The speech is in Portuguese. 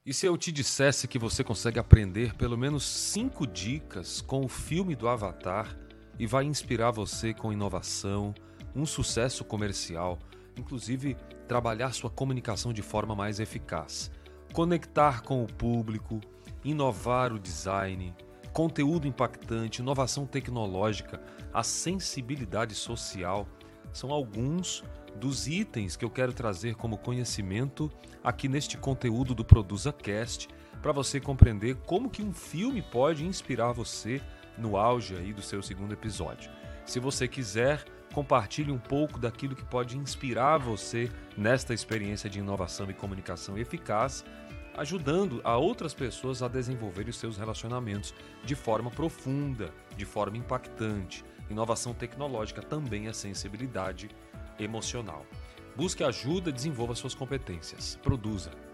E se eu te dissesse que você consegue aprender pelo menos 5 dicas com o filme do Avatar e vai inspirar você com inovação, um sucesso comercial, inclusive trabalhar sua comunicação de forma mais eficaz, conectar com o público, inovar o design, conteúdo impactante, inovação tecnológica, a sensibilidade social, são alguns dos itens que eu quero trazer como conhecimento aqui neste conteúdo do ProduzaCast, para você compreender como que um filme pode inspirar você no auge aí do seu segundo episódio. Se você quiser, compartilhe um pouco daquilo que pode inspirar você nesta experiência de inovação e comunicação eficaz, ajudando a outras pessoas a desenvolverem os seus relacionamentos de forma profunda, de forma impactante. Inovação tecnológica também é sensibilidade emocional. Busque ajuda, desenvolva suas competências. Produza.